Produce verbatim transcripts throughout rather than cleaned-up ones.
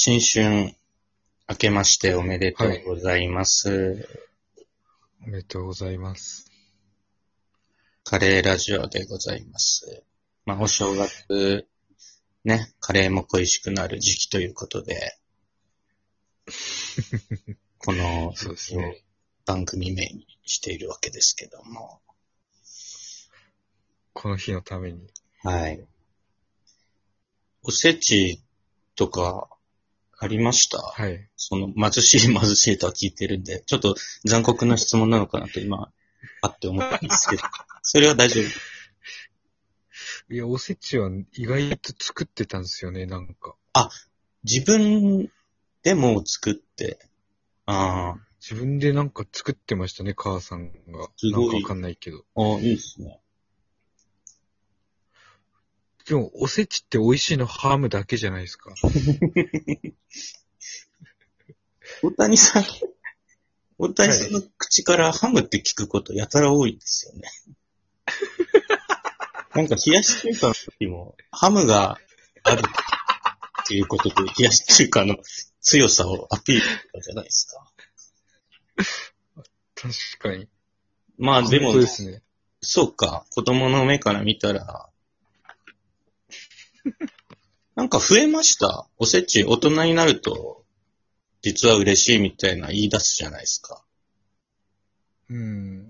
新春明けましておめでとうございます。はい、 おめでとうございます。 カレーラジオでございます。まあ、お正月、ね、カレーも恋しくなる時期ということで、この、 そうですね、 番組名にしているわけですけども。 この日のために。 はい。おせちとかありました？ はい。 その、貧しい貧しいとは聞いてるんで、ちょっと残酷な質問なのかなと今、あって思ったんですけど、それは大丈夫？ いや、おせちは意外と作ってたんですよね、なんか。 あ、自分でも作って、ああ。 自分でなんか作ってましたね、母さんが。 すごい。 なんかわかんないけど。 ああ、いいっすね。 でも、おせちって美味しいのハムだけじゃないですか。 大谷さん、大谷さんの口からハムって聞くことやたら多いんですよね。なんか冷やし中華の時も、ハムがあるっていうことで、冷やし中華の強さをアピールしたじゃないですか。 確かに。 まあでも、 そうですね。 そうか、子供の目から見たら、なんか増えました。おせち、大人になると、実は嬉しいみたいな言い出すじゃないですか。 うん。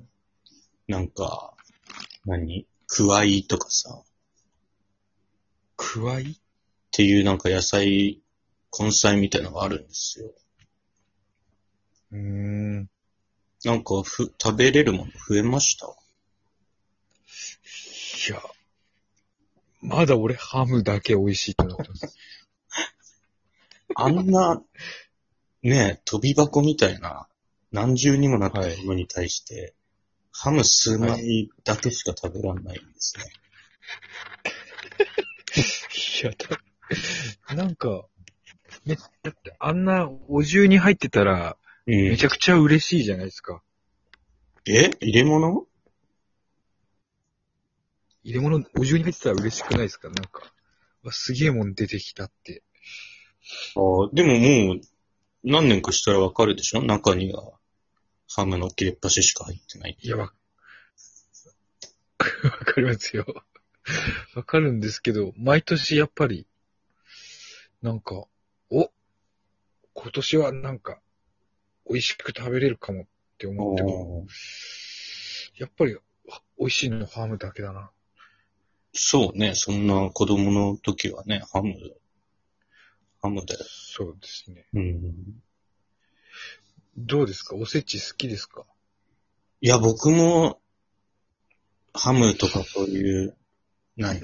なんか、何？くわいとかさ。 くわいっていうなんか野菜、根菜みたいなのがあるんですよ。 うーん。 なんかふ、食べれるもの増えました？ いや、まだ俺ハムだけ美味しいと思ってます。 あんな、ね、飛び箱みたいな、何重にもなったものに対して、はい、ハム数枚だけしか食べられないんですね。 いや、だ、なんか、め、だってあんなお重に入ってたら、うん、めちゃくちゃ嬉しいじゃないですか。 え？入れ物？ 入れ物、お重に入ってたら嬉しくないですか？なんか、わ、すげえもん出てきたって。 ああ、でももう、何年かしたらわかるでしょ？中には、ハムの切れっ端しか入ってない。 いや、わ、わかりますよ。わかるんですけど、毎年やっぱり、なんか、お、今年はなんか、美味しく食べれるかもって思っても、やっぱり、美味しいのハムだけだな。 そうね、そんな子供の時はね、ハム、ハムだよ。 そうですね。 うん。 どうですか？おせち好きですか？ いや、僕も、ハムとかそういう、何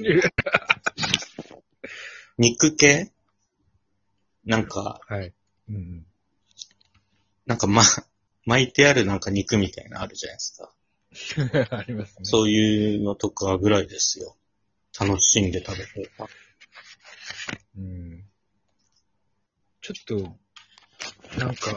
肉系なんか、 はい。うん、 なんかま、巻いてあるなんか肉みたいなのあるじゃないですか。 ありますね。 そういうのとかぐらいですよ。楽しんで食べてた。 うん。ちょっと、なんか、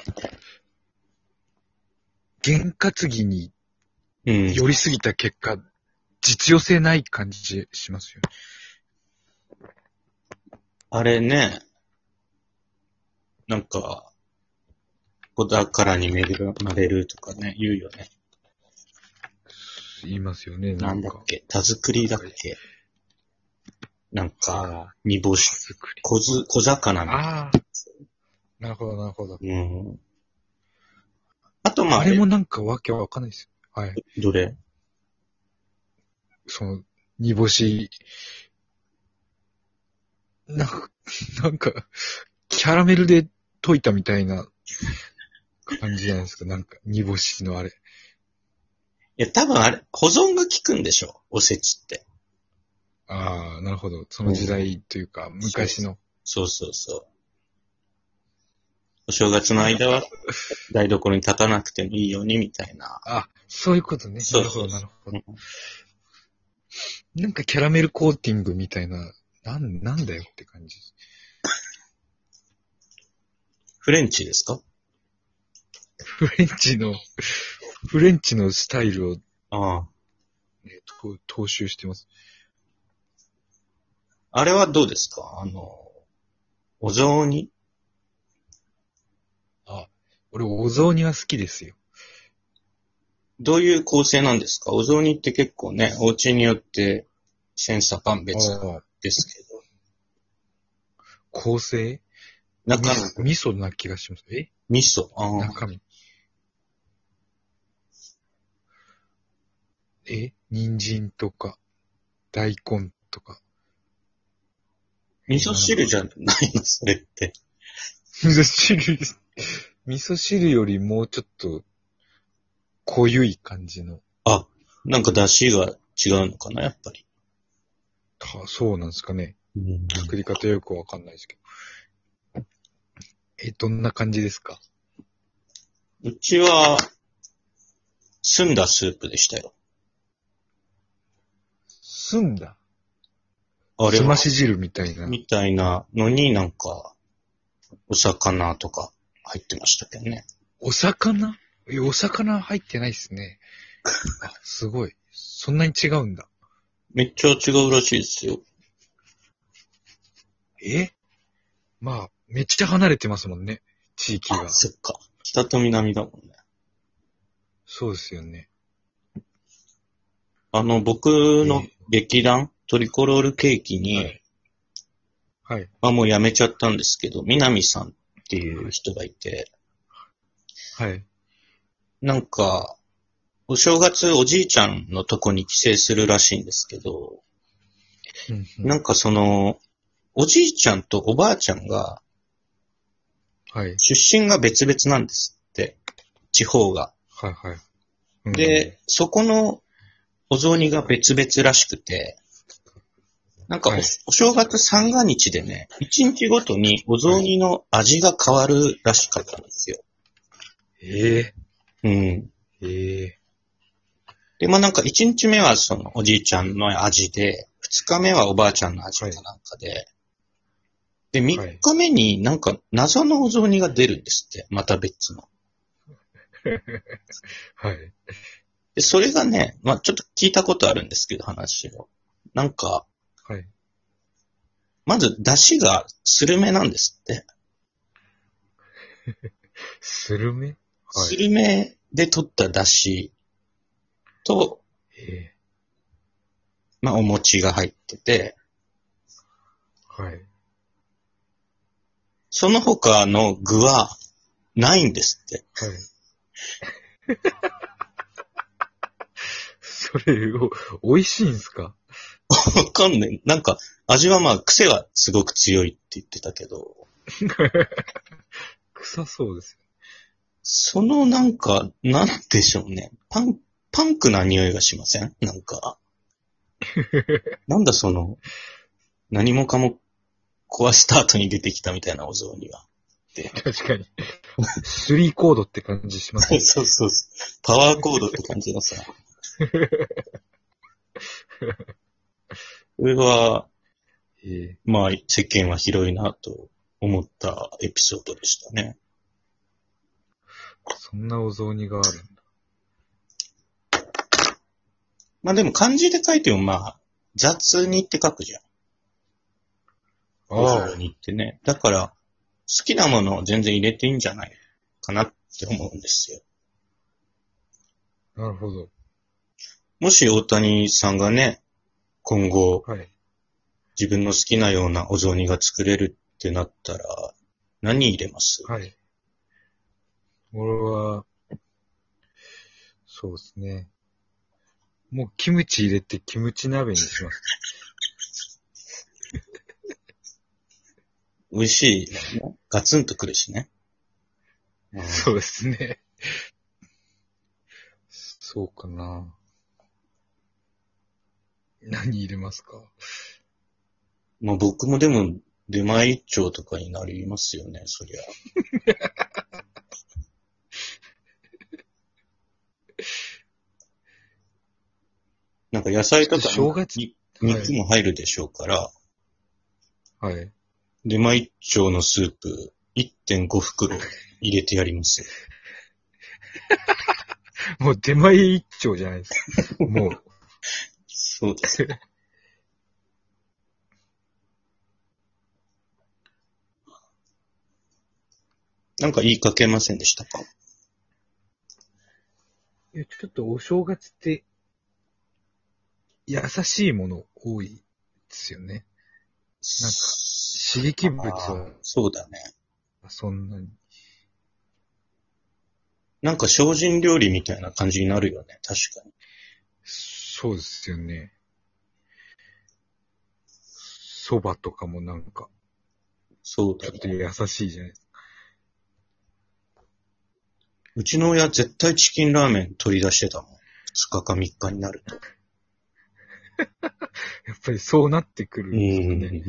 験担ぎにうん。 寄りすぎた結果、実用性ない感じしますよね。 あれね、なんか、子宝に巡る、なれるとかね、言うよね。 言いますよね、ななんんか。 だっけ、田作りだっけ。なんか、煮干し、小ず、小魚みたいな。 ああ。なるほど、なるほど。 うん。あとまあ、 あれもなんかわけわかんないですよ。はい。 どれ？ その、煮干し、なんか、なんか、キャラメルで溶いたみたいな感じじゃないですか。なんか、煮干しのあれ。 いや、多分あれ、保存が効くんでしょ、おせちって。 ああ、なるほど。その時代というか、うん、昔の。 そうそうそう。お正月の間は台所に立たなくてもいいようにみたいな。 あ、そういうことね。 そうそうそう。 なるほど、なるほど。なんかキャラメルコーティングみたいな、なん、なんだよって感じ。 フレンチですか？ フレンチの、フレンチのスタイルを、 ああ。 ね、踏襲してます。 あれはどうですか？あの、お雑煮俺、お雑煮は好きですよ。 どういう構成なんですか？お雑煮って結構ね、お家によって千差万別ああ、 ですけど。 構成中味噌、味噌な気がします。え味噌。ああ。 中身。え人参とか、大根とか。 味噌汁じゃないのそれって。 味噌汁、味噌汁よりもうちょっと濃ゆい感じの。 あ、なんか出汁が違うのかな、やっぱり。 たそうなんですかね。 うん作り方よくわかんないですけど。え、どんな感じですか？ うちは、澄んだスープでしたよ。 澄んだあれは、 すまし汁みたいな。 みたいなのになんか、お魚とか入ってましたけどね。 お魚え、お魚入ってないっすね。あ、すごい。そんなに違うんだ。 めっちゃ違うらしいですよ。 えまあ、めっちゃ離れてますもんね。地域あ、 が。 そっか。北と南だもんね。 そうですよね。 あの、僕の劇団、トリコロールケーキに、 はい。はい。 まあもう辞めちゃったんですけど、南さんっていう人がいて、 はい。 なんか、お正月おじいちゃんのとこに帰省するらしいんですけど、 うんうんなんかその、おじいちゃんとおばあちゃんが、 はい。 出身が別々なんですって、地方が。 はいはい。うん、 で、そこのお雑煮が別々らしくて、なんかお、 はいお正月三が日でね、一日ごとにお雑煮の味が変わるらしかったんですよ。 えうん。 えええで、まあなんか一日目はそのおじいちゃんの味で、二日目はおばあちゃんの味かなんかで、で、三日目になんか謎のお雑煮が出るんですって、また別の。 はい。 で、それがね、まあちょっと聞いたことあるんですけど、話を。なんか、 はい。 まず出汁がスルメなんですって。 スルメはい。 スルメで取った出汁と、 ええまあお餅が入ってて、 はい。 その他の具はないんですって。 はい。それを、美味しいんすか？ わかんない。なんか、味はまあ癖はすごく強いって言ってたけど、 臭そうですよ。 そのなんか、なんでしょうね。パン、パンクな匂いがしません？なんか、なんだその、何もかも壊した後に出てきたみたいなお雑煮は。 確かに。スリーコードって感じしますね。 そうそうそう。パワーコードって感じのさ。これは、 ええまあ、世間は広いなと思ったエピソードでしたね。 そんなお雑煮があるんだ。 まあでも漢字で書いてもまあ、雑にって書くじゃん。おあ雑煮ってね。だから、好きなものを全然入れていいんじゃないかなって思うんですよ。 あ、なるほど。 もし大谷さんがね、今後はい。 自分の好きなようなお雑煮が作れるってなったら、何入れます？ はい。俺は、そうですね。もうキムチ入れてキムチ鍋にします。 美味しい、ね。ガツンとくるしね。うん、 そうですね。そうかな。何入れますか？ まあ僕もでも出前一丁とかになりますよね、そりゃ。なんか野菜とか正月に肉も入るでしょうから、 はい。 出前一丁のスープいってんご袋入れてやりますよ。 もう出前一丁じゃないですか。もう。 そうです。 なんか言いかけませんでしたか？ いや、ちょっとお正月って、優しいもの多いですよね。なんか、刺激物はそうだね。 そんなに。 なんか精進料理みたいな感じになるよね。確かに。 そうですよね。蕎麦とかもなんか、 そうだちょっとね。 優しいじゃないですうちの親絶対チキンラーメン取り出してたもん。ふつかかみっかになると。 か。やっぱりそうなってくるうんですかね。 ん。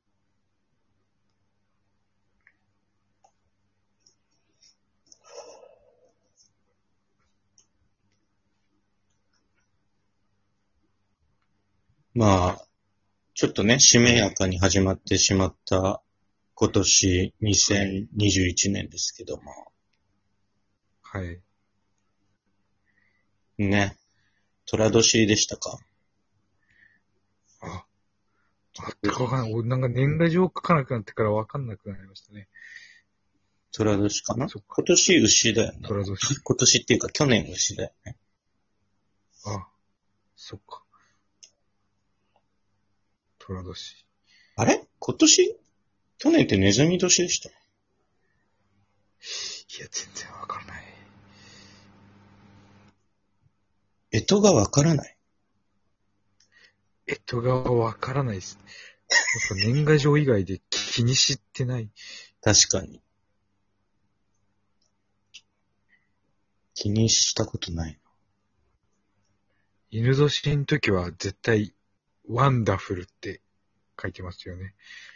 まあ、ちょっとね、しめやかに始まってしまった今年にせんにじゅういちねんですけども。 はい。 ね。寅年でしたか？ あ、全くわかんない。俺なんか年賀状書かなくなってからわかんなくなりましたね。 寅年かな？ そっか。 今年牛だよね。 寅年。 今年っていうか去年牛だよね。 あ、そっか。寅年。 あれ今年去年ってネズミ年でした。 いや、全然わからない。 干支がわからない。 えっとがわからないです。やっぱ年賀状以外で気にしてない。 確かに。気にしたことないな。 犬年の時は絶対ワンダフルって書いてますよね。